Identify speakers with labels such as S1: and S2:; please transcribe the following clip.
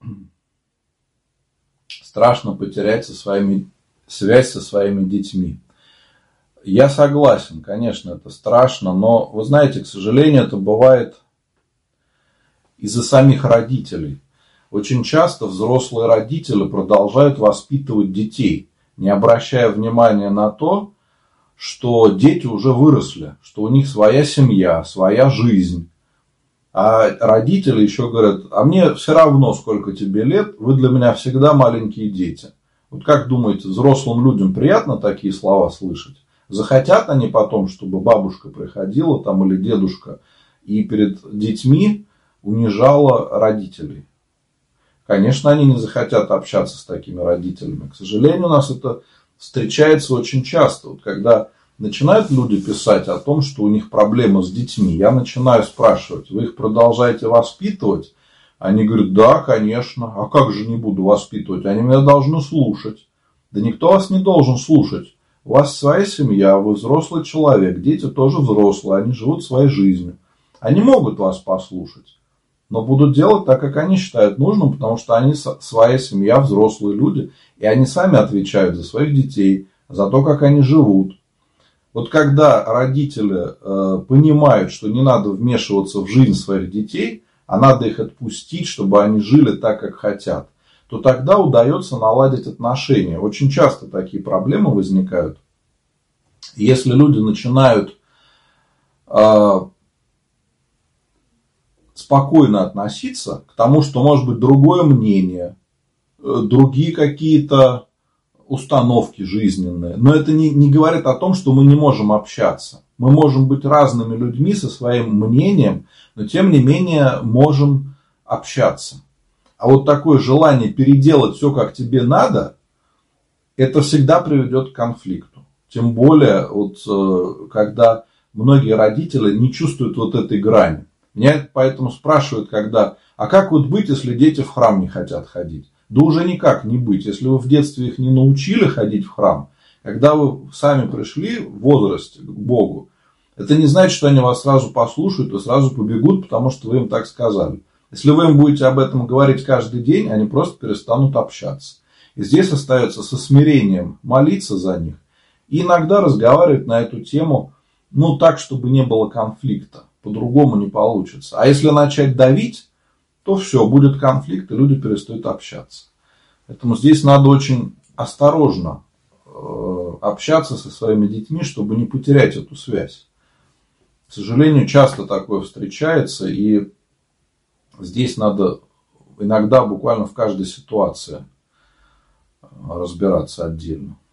S1: страшно потерять связь со своими детьми. Я согласен, конечно, это страшно, но, вы знаете, к сожалению, это бывает из-за самих родителей. Очень часто взрослые родители продолжают воспитывать детей, не обращая внимания на то, что дети уже выросли, что у них своя семья, своя жизнь. А родители еще говорят: а мне все равно, сколько тебе лет, вы для меня всегда маленькие дети. Вот как думаете, взрослым людям приятно такие слова слышать? Захотят они потом, чтобы бабушка приходила там или дедушка и перед детьми унижала родителей? Конечно, они не захотят общаться с такими родителями. К сожалению, у нас это встречается очень часто. Вот когда начинают люди писать о том, что у них проблемы с детьми, я начинаю спрашивать: вы их продолжаете воспитывать? Они говорят: да, конечно. А как же не буду воспитывать? Они меня должны слушать. Да никто вас не должен слушать. У вас своя семья, вы взрослый человек, дети тоже взрослые, они живут своей жизнью. Они могут вас послушать, но будут делать так, как они считают нужным, потому что они своя семья, взрослые люди, и они сами отвечают за своих детей, за то, как они живут. Вот когда родители понимают, что не надо вмешиваться в жизнь своих детей, а надо их отпустить, чтобы они жили так, как хотят, то тогда удается наладить отношения. Очень часто такие проблемы возникают. Если люди начинают спокойно относиться к тому, что может быть другое мнение, другие какие-то установки жизненные, но это не говорит о том, что мы не можем общаться. Мы можем быть разными людьми со своим мнением, но тем не менее можем общаться. А вот такое желание переделать все, как тебе надо, это всегда приведет к конфликту. Тем более, вот, когда многие родители не чувствуют вот этой грани. Меня поэтому спрашивают, когда: а как вот быть, если дети в храм не хотят ходить? Да уже никак не быть. Если вы в детстве их не научили ходить в храм, когда вы сами пришли в возрасте к Богу, это не значит, что они вас сразу послушают и сразу побегут, потому что вы им так сказали. Если вы им будете об этом говорить каждый день, они просто перестанут общаться. И здесь остается со смирением молиться за них и иногда разговаривать на эту тему, так, чтобы не было конфликта. По-другому не получится. А если начать давить, то все, будет конфликт, и люди перестают общаться. Поэтому здесь надо очень осторожно общаться со своими детьми, чтобы не потерять эту связь. К сожалению, часто такое встречается, и здесь надо иногда буквально в каждой ситуации разбираться отдельно.